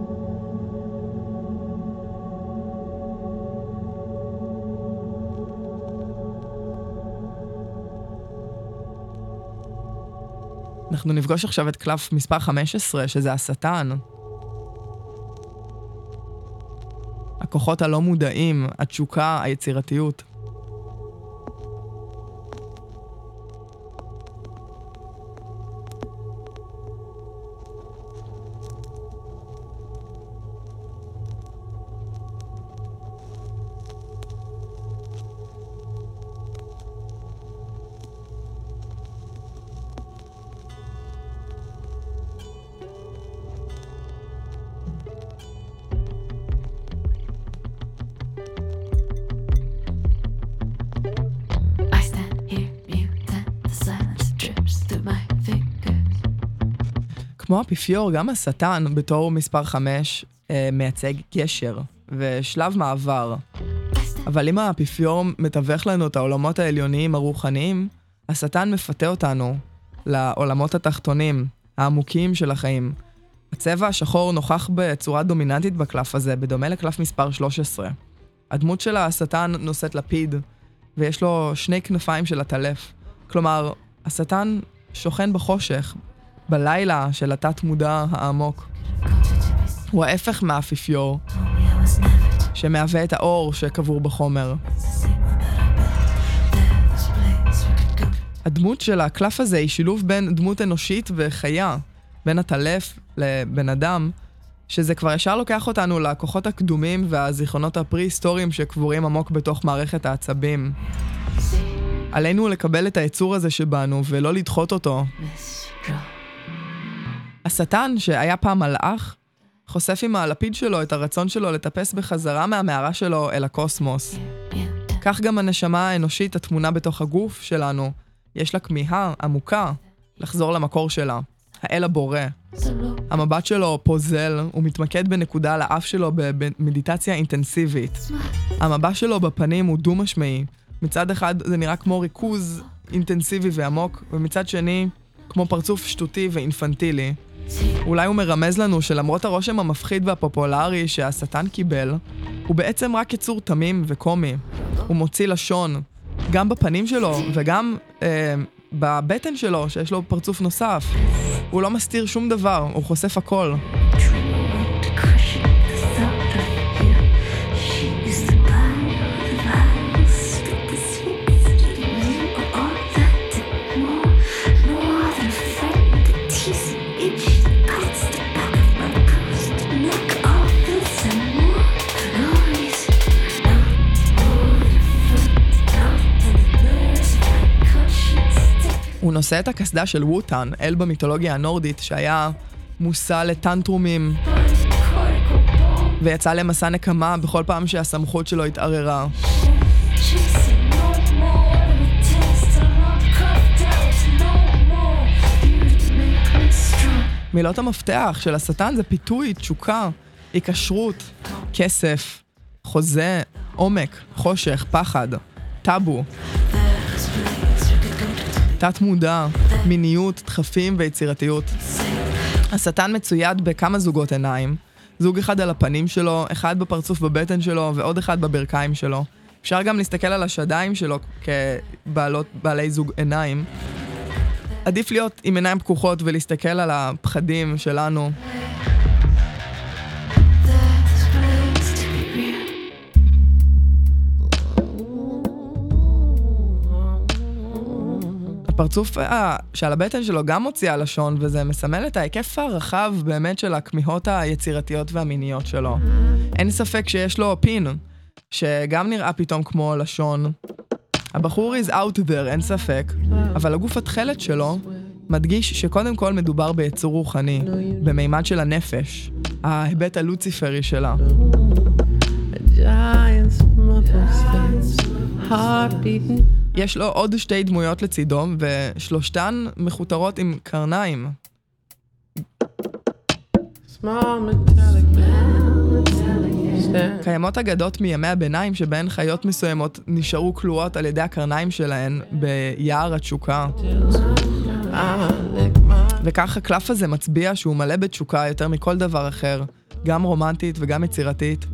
אנחנו נפגוש עכשיו את קלף מספר 15, שזה השטן. הכוחות הלא מודעים, התשוקה, היצירתיות. כמו האפיפיור, גם השטן בתור מספר 5 מייצג קשר ושלב מעבר. אבל אם האפיפיור מתווך לנו את העולמות העליוניים הרוחניים, השטן מפתה אותנו לעולמות התחתונים, העמוקים של החיים. הצבע השחור נוכח בצורה דומיננטית בקלף הזה, בדומה לקלף מספר 13. הדמות של השטן נושאת לפיד, ויש לו 2 כנפיים של הטלף. כלומר, השטן שוכן בחושך, בלילה של התת מודע העמוק. הוא ההפך מהאפיפיור, שמהווה את האור שקבור בחומר. הדמות של הקלף הזה היא שילוב בין דמות אנושית וחיה, בין הטלף לבן אדם, שזה כבר ישר לוקח אותנו לכוחות הקדומים והזיכרונות הפרי-היסטוריים שקבורים עמוק בתוך מערכת העצבים. עלינו לקבל את היצור הזה שבנו ולא לדחות אותו. השטן, שהיה פעם מלאך, חושף עם הלפיד שלו את הרצון שלו לטפס בחזרה מהמערה שלו אל הקוסמוס. כך גם הנשמה האנושית התמונה בתוך הגוף שלנו, יש לה כמיהה עמוקה לחזור למקור שלה, האל הבורא. המבט שלו פוזל, הוא מתמקד בנקודה על האף שלו במדיטציה אינטנסיבית. המבט שלו בפנים הוא דו-משמעי. מצד אחד זה נראה כמו ריכוז אינטנסיבי ועמוק, ומצד שני כמו פרצוף שטותי ואינפנטילי. אולי הוא מרמז לנו שלמרות הרושם המפחיד והפופולרי שהשטן קיבל, הוא בעצם רק יצור תמים וקומי. הוא מוציא לשון, גם בפנים שלו וגם בבטן שלו, שיש לו פרצוף נוסף. הוא לא מסתיר שום דבר, הוא חושף הכל. הוא נושא את הכסדה של ווטן, אל במיתולוגיה הנורדית, שהיה מושא לטנטרומים, ויצא למסע נקמה בכל פעם שהסמכות שלו התערערה. מילות המפתח של השטן זה פיתוי, תשוקה, היקשרות, כסף, חוזה, עומק, חושך, פחד, טאבו. תת מודע, מיניות, דחפים ויצירתיות. השטן מצויד בכמה זוגות עיניים. זוג אחד על הפנים שלו, אחד בפרצוף בבטן שלו ועוד אחד בברכיים שלו. אפשר גם להסתכל על השדיים שלו כבעלי זוג עיניים. עדיף להיות עם עיניים פקוחות ולהסתכל על הפחדים שלנו. הפרצוף שעל הבטן שלו גם מוציא לשון, וזה מסמל את ההיקף הרחב באמת של הכמיהות היצירתיות והמיניות שלו. אין ספק שיש לו פין, שגם נראה פתאום כמו לשון. הבחור is out there, אין ספק, אבל הגוף התחלת שלו מדגיש שקודם כל מדובר ביצור רוחני, במימד של הנפש, ההיבט הלוציפרי שלה. יש לו עוד שתי דמויות לצידו, ושלושתן מחותרות עם קרניים. קיימות אגדות מימי הביניים שבהן חיות מסוימות נשארו כלואות על ידי הקרניים שלהן ביער התשוקה. וכך הקלף הזה מצביע שהוא מלא בתשוקה יותר מכל דבר אחר, גם רומנטית וגם יצירתית.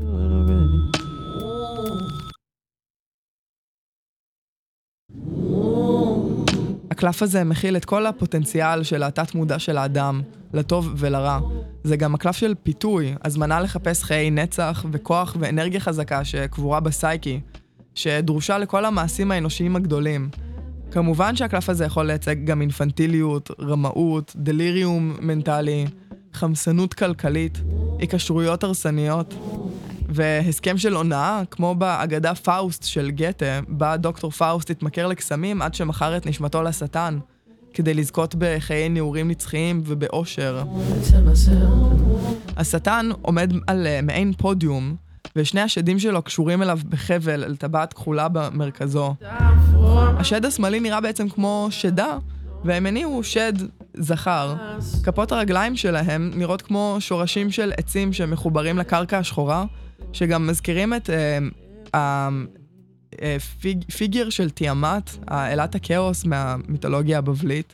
הקלף הזה מכיל את כל הפוטנציאל של התת מודע של האדם, לטוב ולרע. זה גם הקלף של פיתוי, הזמנה לחפש חיי נצח וכוח ואנרגיה חזקה שקבורה בסייקי, שדרושה לכל המעשים האנושיים הגדולים. כמובן שהקלף הזה יכול לייצג גם אינפנטיליות, רמאות, דליריום מנטלי, חמסנות כלכלית, היקשרויות הרסניות, והסכם של הונאה, כמו באגדה פאוסט של גתה, בה דוקטור פאוסט התמכר לקסמים עד שמכר את נשמתו לשטן, כדי לזכות בחיי נעורים נצחיים ובאושר. השטן עומד על מעין פודיום, ושני השדים שלו קשורים אליו בחבל, על טבעת כחולה במרכזו. השד השמאלי נראה בעצם כמו שדה, והימני הוא שד זכר. כפות הרגליים שלהם נראות כמו שורשים של עצים שמחוברים לקרקע השחורה, שגם מזכירים את פיגר של תיאמת, אלת הכאוס מהמיתולוגיה הבבלית.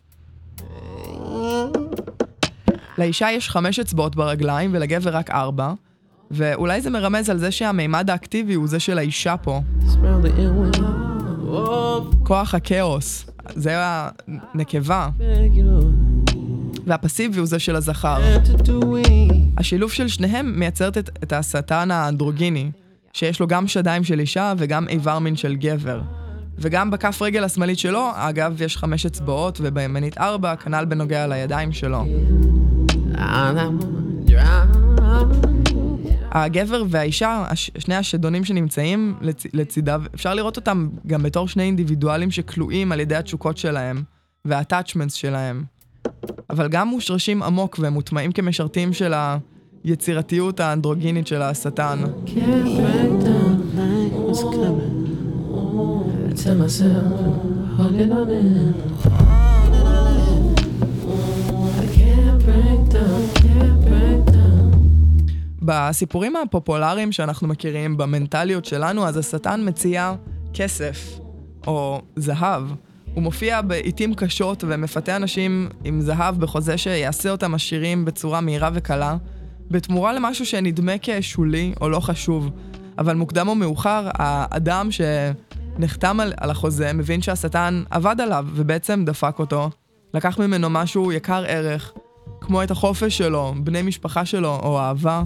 לאישה יש 5 אצבעות ברגליים ולגבר רק 4, ואולי זה מרמז על זה שהמימד האקטיבי הוא זה של האישה פה. כוח הכאוס, זה הנקבה. והפסיבי הוא זה של הזכר. השילוב של שניהם מייצרת את השטן האנדרוגיני, שיש לו גם שדיים של אישה וגם איבר מין של גבר. וגם בכף רגל השמאלית שלו, אגב, יש 5 אצבעות ובימנית 4, כנ"ל בנוגע לידיים שלו. הגבר והאישה, שני השדונים שנמצאים לצידה, אפשר לראות אותם גם בתור שני אינדיבידואלים שכלואים על ידי התשוקות שלהם והאטאצ'מנטס שלהם. אבל גם מושרשים עמוק ומוטמעים כמשרתים של היצירתיות האנדרוגינית של השטן. בסיפורים הפופולריים שאנחנו מכירים במנטליות שלנו, אז השטן מציע כסף או זהב. הוא מופיע בעיתים קשות ומפתה אנשים עם זהב בחוזה שיעשה אותם עשירים בצורה מהירה וקלה, בתמורה למשהו שנדמה כשולי או לא חשוב. אבל מוקדם או מאוחר, האדם שנחתם על החוזה מבין שהשטן עבד עליו ובעצם דפק אותו. לקח ממנו משהו יקר ערך, כמו את החופש שלו, בני משפחה שלו או אהבה.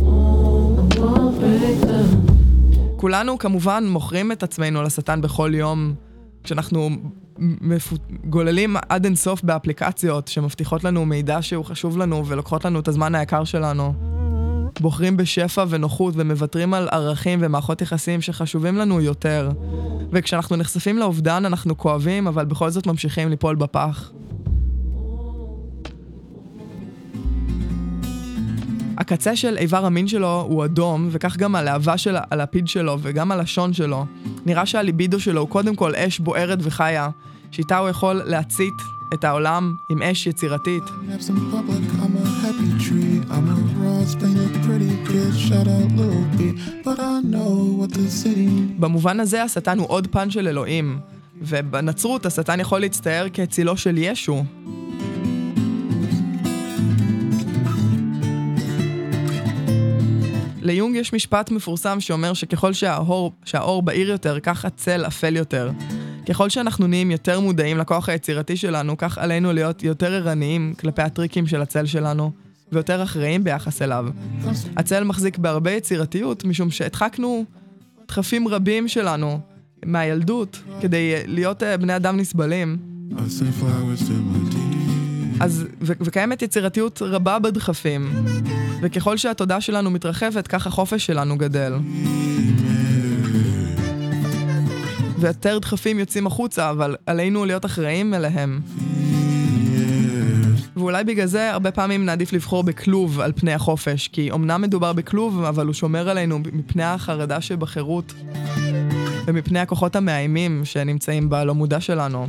כולנו כמובן מוכרים את עצמנו לשטן בכל יום, כשאנחנו גוללים עד אינסוף באפליקציות שמבטיחות לנו מידע שהוא חשוב לנו ולוקחות לנו את הזמן היקר שלנו. בוחרים בשפע ונוחות ומוותרים על ערכים ומערכות יחסים שחשובים לנו יותר. וכשאנחנו נחשפים לאובדן אנחנו כואבים, אבל בכל זאת ממשיכים ליפול בפח. הקצה של איבר המין שלו הוא אדום, וכך גם הלהבה של הלפיד שלו וגם הלשון שלו. נראה שהליבידו שלו הוא קודם כל אש בוערת וחיה, שאיתה הוא יכול להצית את העולם עם אש יצירתית. במובן הזה השטן הוא עוד פן של אלוהים, ובנצרות השטן יכול להצטער כצילו של ישו. ליונג יש משפט מפורסם שאומר שככל שהאור בהיר יותר, כך הצל אפל יותר. ככל שאנחנו נהיים יותר מודעים לכוח היצירתי שלנו, כך עלינו להיות יותר ערניים כלפי הטריקים של הצל שלנו, ויותר אחראים ביחס אליו. הצל מחזיק בהרבה יצירתיות, משום שהדחקנו דחפים רבים שלנו מהילדות, כדי להיות בני אדם נסבלים. וקיימת יצירתיות רבה בדחפים, וככל שהתודעה שלנו מתרחבת, כך החופש שלנו גדל. ויותר דחפים יוצאים החוצה, אבל עלינו להיות אחראים אליהם. ואולי בגלל זה הרבה פעמים נעדיף לבחור בכלוב על פני החופש, כי אמנם מדובר בכלוב, אבל הוא שומר עלינו מפני החרדה שבחירות, ומפני הכוחות המאיימים שנמצאים בלא מודע שלנו.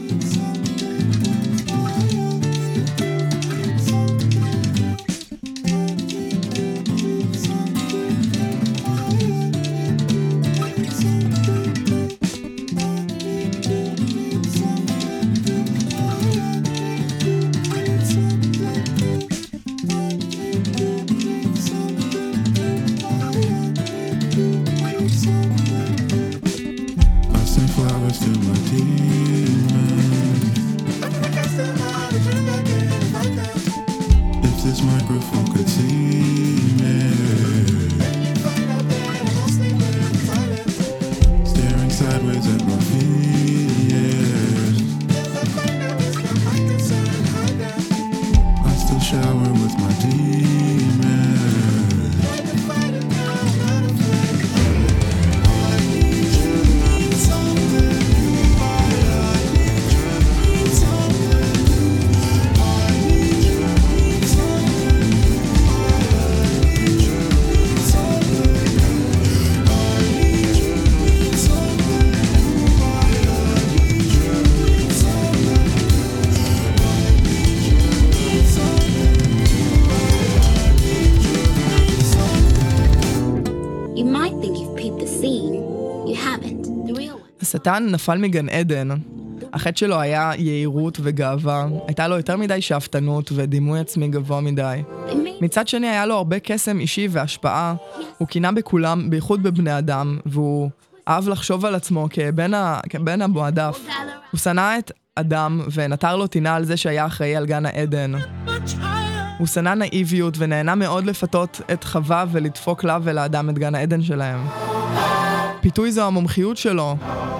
השטן נפל מגן עדן. החטא שלו היה יהירות וגאווה. הייתה לו יותר מדי שאפתנות ודימוי עצמי גבוה מדי. מצד שני היה לו הרבה קסם אישי והשפעה. הוא קינה בכולם, בייחוד בבני אדם, והוא אהב לחשוב על עצמו כבן המועדף. הוא שנא את אדם ונטר לו טינה על זה שהיה אחראי על גן העדן. הוא שנא נאיביות ונהנה מאוד לפתות את חווה ולדפוק לה ולאדם את גן העדן שלהם. פיתוי זו המומחיות שלו.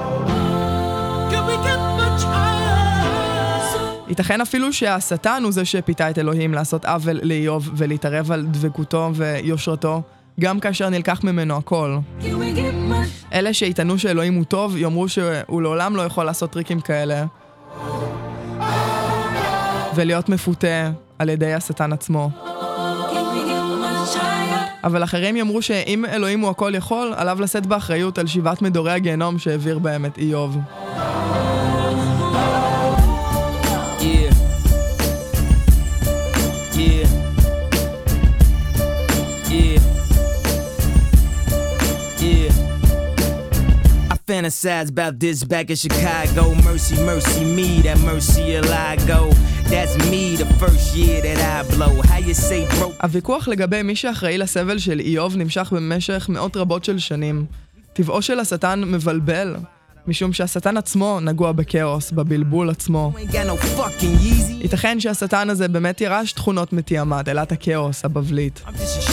ייתכן אפילו שהשטן הוא זה שפיתה את אלוהים לעשות עוול לאיוב ולהתערב על דבקותו ויושרתו, גם כאשר נלקח ממנו הכל. אלה שיטענו שאלוהים הוא טוב, יאמרו שהוא לעולם לא יכול לעשות טריקים כאלה. ולהיות מפותה על ידי השטן עצמו. אבל אחרים יאמרו שאם אלוהים הוא הכל יכול, עליו לשאת באחריות על 7 מדורי הגיהנום שהעביר בהם את איוב. Fantasize about this back in Chicago. Mercy, mercy me, that mercy I go. That's me, the first year that I blow. How you say broke? הוויכוח לגבי מי שאחראי לסבל של איוב נמשך במשך מאות רבות של שנים. טבעו של השטן מבלבל, משום שהשטן עצמו נגוע בכאוס, בבלבול עצמו. ייתכן שהשטן הזה באמת ירש תכונות מתיאמת, אלת הכאוס הבבלית.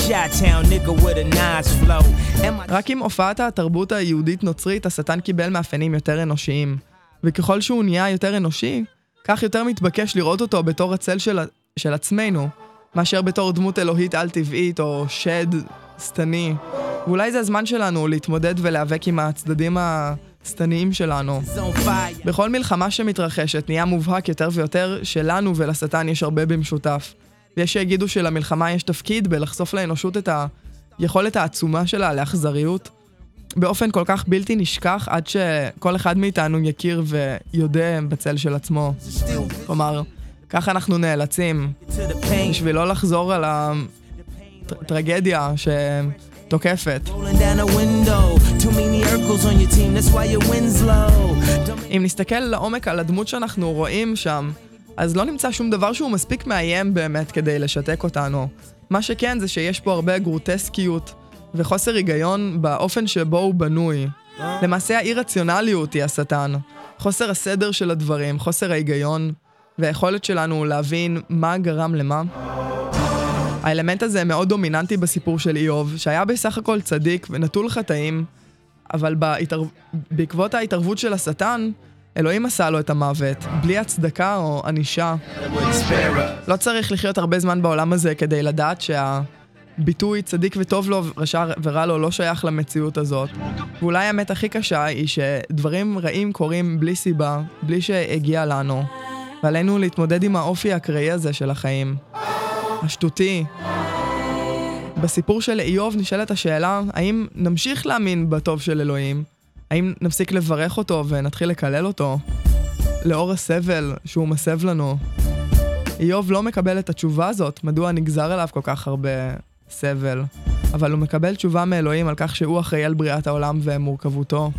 רק עם הופעת התרבות היהודית נוצרית, השטן קיבל מאפיינים יותר אנושיים. וככל שהוא נהיה יותר אנושי, כך יותר מתבקש לראות אותו בתור הצל של עצמנו, מאשר בתור דמות אלוהית על-טבעית או שד סתני. ואולי זה הזמן שלנו להתמודד ולהיאבק עם הצדדים הסתניים שלנו. בכל מלחמה שמתרחשת נהיה מובהק יותר ויותר שלנו ולשטן יש הרבה במשותף. ויש שיגידו שלמלחמה יש תפקיד בלחשוף לאנושות את היכולת העצומה שלה לאכזריות, באופן כל כך בלתי נשכח עד שכל אחד מאיתנו יכיר ויודע בצל של עצמו. כלומר, ככה אנחנו נאלצים בשביל לא לחזור על הטרגדיה שתוקפת. אם נסתכל לעומק על הדמות שאנחנו רואים שם, אז לא נמצא שום דבר שהוא מספיק מאיים באמת כדי לשתק אותנו. מה שכן זה שיש פה הרבה גרוטסקיות וחוסר היגיון באופן שבו הוא בנוי. למעשה האי-רציונליות היא השטן. חוסר הסדר של הדברים, חוסר ההיגיון, והיכולת שלנו להבין מה גרם למה. האלמנט הזה מאוד דומיננטי בסיפור של איוב, שהיה בסך הכל צדיק ונטול חטאים, אבל בעקבות ההתערבות של השטן, אלוהים עשה לו את המוות, בלי הצדקה או ענישה. לא צריך לחיות הרבה זמן בעולם הזה כדי לדעת שהביטוי צדיק וטוב לו, רשע ורע לו לא שייך למציאות הזאת. ואולי האמת הכי קשה היא שדברים רעים קורים בלי סיבה, בלי שהגיע לנו. ועלינו להתמודד עם האופי הקראי הזה של החיים. השטותי. בסיפור של איוב נשאלת השאלה, האם נמשיך להאמין בטוב של אלוהים? האם נפסיק לברך אותו ונתחיל לקלל אותו? לאור הסבל שהוא מסב לנו. איוב לא מקבל את התשובה הזאת, מדוע נגזר עליו כל כך הרבה סבל. אבל הוא מקבל תשובה מאלוהים על כך שהוא אחראי על בריאת העולם ומורכבותו.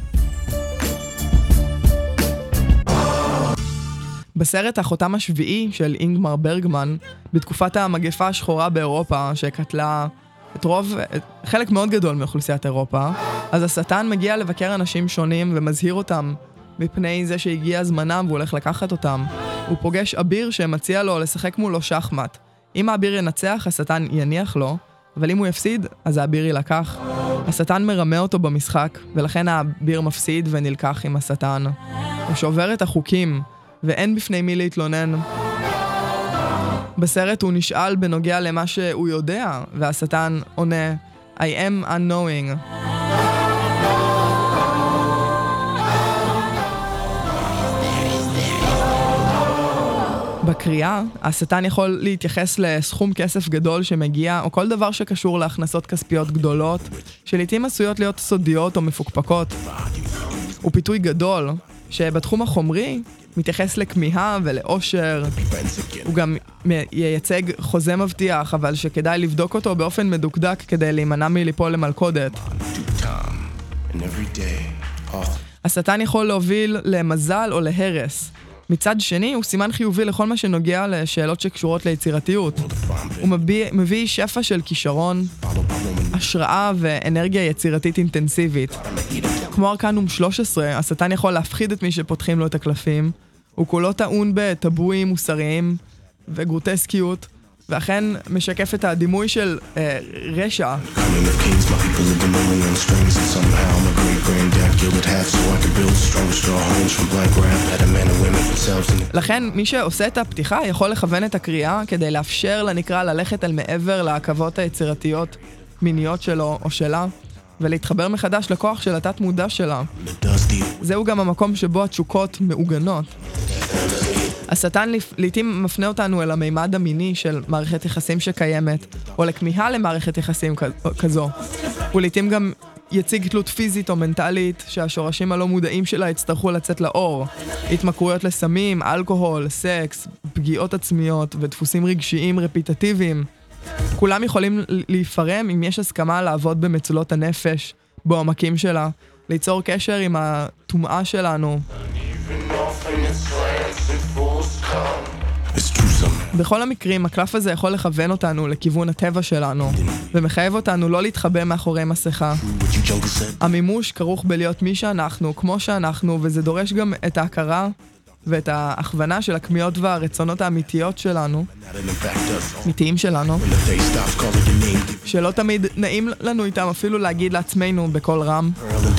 בסרט החותם השביעי של אינגמר ברגמן, בתקופת המגפה השחורה באירופה שקטלה חלק מאוד גדול מאוכלוסיית אירופה, אז השטן מגיע לבקר אנשים שונים ומזהיר אותם מפני זה שהגיע זמנם והוא הולך לקחת אותם. הוא פוגש אביר שמציע לו לשחק מולו שחמט. אם האביר ינצח, השטן יניח לו, אבל אם הוא יפסיד, אז האביר ילקח. השטן מרמה אותו במשחק, ולכן האביר מפסיד ונלקח עם השטן. הוא שובר את החוקים, ואין בפני מי להתלונן. בסרט הוא נשאל בנוגע למה שהוא יודע, והשטן עונה, I am unknowing. בקריאה, השטן יכול להתייחס לסכום כסף גדול שמגיע, או כל דבר שקשור להכנסות כספיות גדולות, שלעיתים עשויות להיות סודיות או מפוקפקות. הוא פיתוי גדול, שבתחום החומרי מתייחס לכמיהה ולאושר. הוא גם ייצג חוזה מבטיח, אבל שכדאי לבדוק אותו באופן מדוקדק כדי להימנע מליפול למלכודת. השטן יכול להוביל למזל או להרס. מצד שני, הוא סימן חיובי לכל מה שנוגע לשאלות שקשורות ליצירתיות. הוא מביא שפע של כישרון, השראה ואנרגיה יצירתית אינטנסיבית. כמו ארקנום 13, השטן יכול להפחיד את מי שפותחים לו את הקלפים. הוא כולו טעון בטבויים מוסריים וגרוטסקיות, ואכן משקף את הדימוי של רשע. לכן מי שעושה את הפתיחה יכול לכוון את הקריאה כדי לאפשר לנקרא ללכת אל מעבר לעכבות היצירתיות מיניות שלו או שלה, ולהתחבר מחדש לכוח של התת מודע שלה. זהו גם המקום שבו התשוקות מעוגנות. השטן לעתים מפנה אותנו אל המימד המיני של מערכת יחסים שקיימת, או לכמיהה למערכת יחסים כזו. ולעתים גם יציג תלות פיזית או מנטלית שהשורשים הלא מודעים שלה יצטרכו לצאת לאור. התמכרויות לסמים, אלכוהול, סקס, פגיעות עצמיות ודפוסים רגשיים רפיטטיביים. כולם יכולים להיפרם אם יש הסכמה לעבוד במצולות הנפש, בעומקים שלה, ליצור קשר עם הטומאה שלנו. בכל המקרים, הקלף הזה יכול לכוון אותנו לכיוון הטבע שלנו, ומחייב אותנו לא להתחבא מאחורי מסכה. המימוש כרוך בלהיות מי שאנחנו, כמו שאנחנו, וזה דורש גם את ההכרה ואת ההכוונה של הכמיות והרצונות האמיתיים שלנו, שלא תמיד נעים לנו איתם אפילו להגיד לעצמנו בקול רם.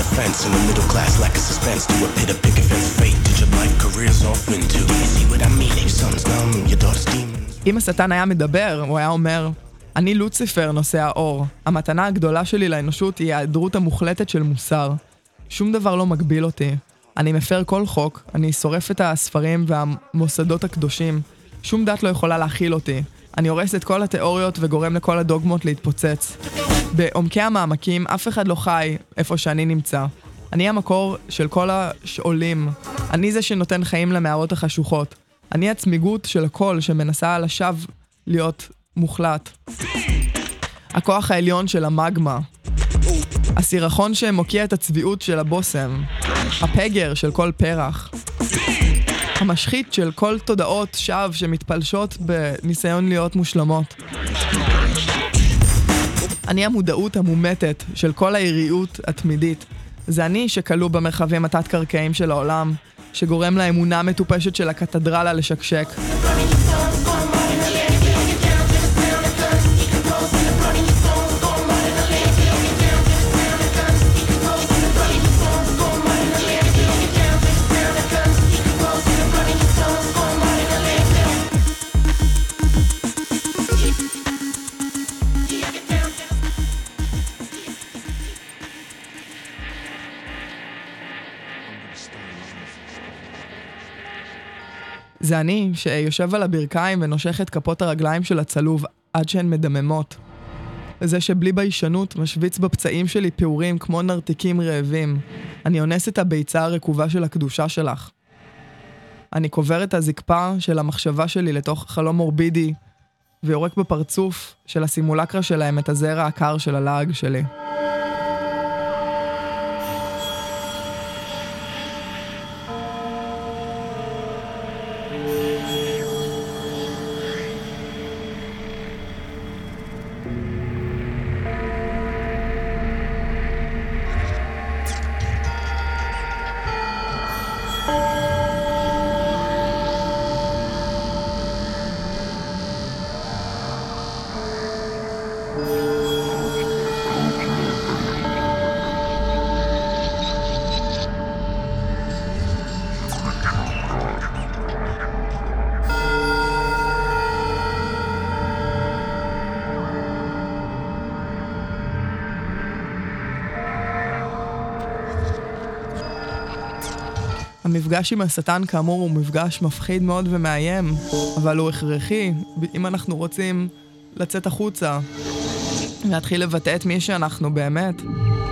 אם השטן היה מדבר, הוא היה אומר, אני לוציפר נושא האור. המתנה הגדולה שלי לאנושות היא ההיעדרות המוחלטת של מוסר. שום דבר לא מגביל אותי. אני מפר כל חוק, אני שורף את הספרים והמוסדות הקדושים. שום דת לא יכולה להכיל אותי. אני הורס את כל התיאוריות וגורם לכל הדוגמות להתפוצץ. בעומקי המעמקים אף אחד לא חי איפה שאני נמצא. אני המקור של כל השאולים. אני זה שנותן חיים למערות החשוכות. אני הצמיגות של הכל שמנסה על השווא להיות מוחלט. הכוח העליון של המגמה. הסירחון שמוקיע את הצביעות של הבוסם. הפגר של כל פרח. המשחית של כל תודעות שווא שמתפלשות בניסיון להיות מושלמות. אני המודעות המומתת של כל היריות התמידית. זה אני שכלוא במרחבים התת-קרקעיים של העולם, שגורם לאמונה מטופשת של הקתדרלה לשקשק. זה אני שיושב על הברכיים ונושך את כפות הרגליים של הצלוב עד שהן מדממות. זה שבלי ביישנות משוויץ בפצעים שלי פעורים כמו נרתיקים רעבים. אני אונס את הביצה הרקובה של הקדושה שלך. אני קובר את הזקפה של המחשבה שלי לתוך חלום מורבידי, ויורק בפרצוף של הסימולקרה שלהם את הזרע הקר של הלעג שלי. המפגש עם השטן כאמור הוא מפגש מפחיד מאוד ומאיים, אבל הוא הכרחי אם אנחנו רוצים לצאת החוצה, להתחיל לבטא את מי שאנחנו באמת.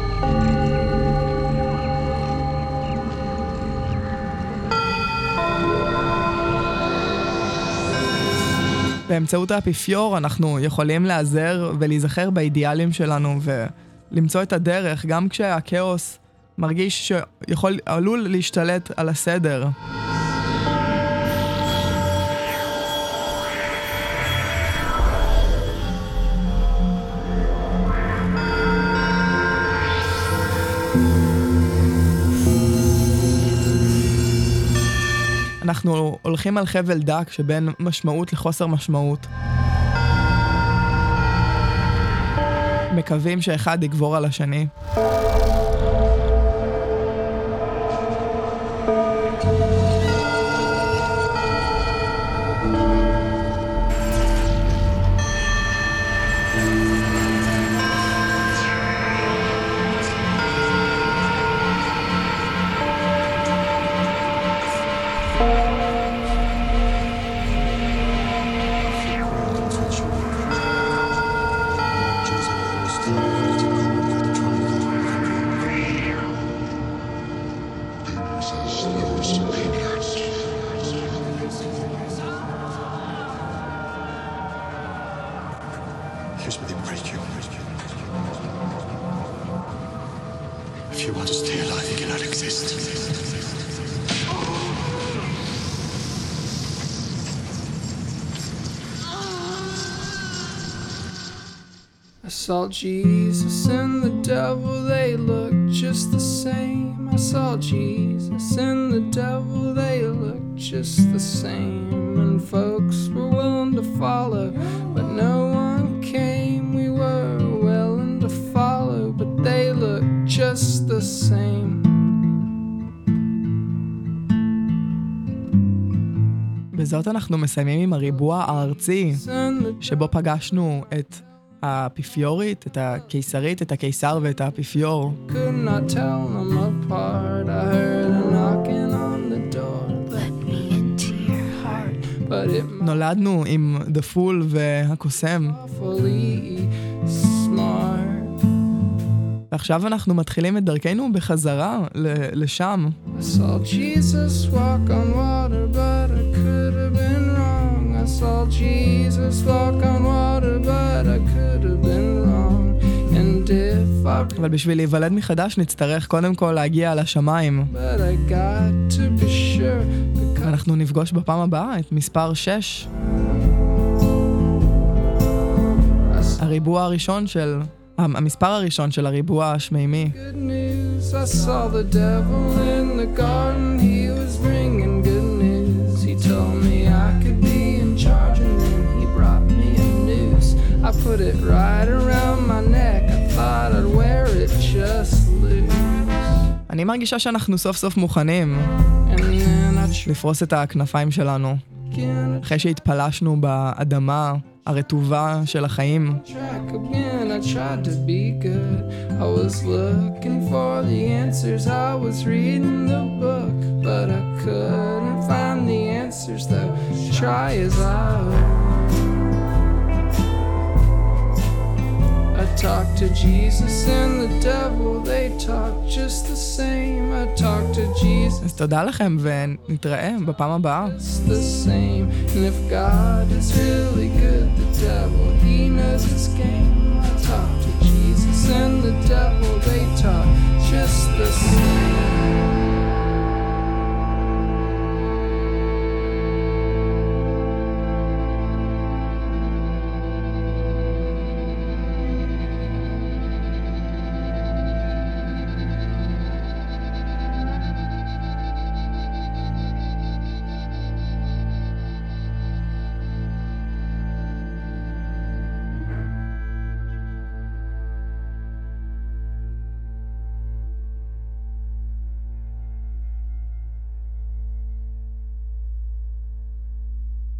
באמצעות האפיפיור אנחנו יכולים לעזר ולהיזכר באידיאלים שלנו ולמצוא את הדרך גם כשהכאוס מרגיש שעלול להשתלט על הסדר. אנחנו הולכים על חבל דק שבין משמעות לחוסר משמעות. מקווים שאחד יגבור על השני. bist. I saw Jesus and the devil, they looked just the same. I saw Jesus and the devil, they looked just the same. And folks were willing to follow, but no one came. We were willing to follow, but they looked just the same. בזאת אנחנו מסיימים עם הריבוע הארצי, שבו פגשנו את האפיפיורית, את הקיסרית, את הקיסר ואת האפיפיור. נולדנו עם The Fool והקוסם. ועכשיו אנחנו מתחילים את דרכנו בחזרה לשם. I saw Jesus walk on water, but I could have been wrong. I saw Jesus walk on water, but I could have been wrong. And if I... אבל בשביל להיוולד מחדש נצטרך קודם כל להגיע לשמיים. But I got to be sure. ואנחנו נפגוש בפעם הבאה את מספר 6. הריבוע הראשון של... המספר הראשון של הריבוע השמימי. Good news, I saw the devil in the garden, he was bringing good news. He told me I could be in charge and then he brought me a noose. I put it right around my neck, I thought I'd wear it just loose. אני מרגישה שאנחנו סוף סוף מוכנים לפרוס את הכנפיים שלנו. אחרי שהתפלשנו באדמה הרטובה של החיים. I tried to be good. I was looking for the answers. I was reading the book, but I couldn't find the answers though. Try as I would. I talked to Jesus and the devil, they talk just the same. I talked to Jesus. אז תודה לכם ונתראה בפעם הבאה. It's the same. And if God is really good, the devil, he knows his game. I talk to Jesus and the devil, they talk just the same.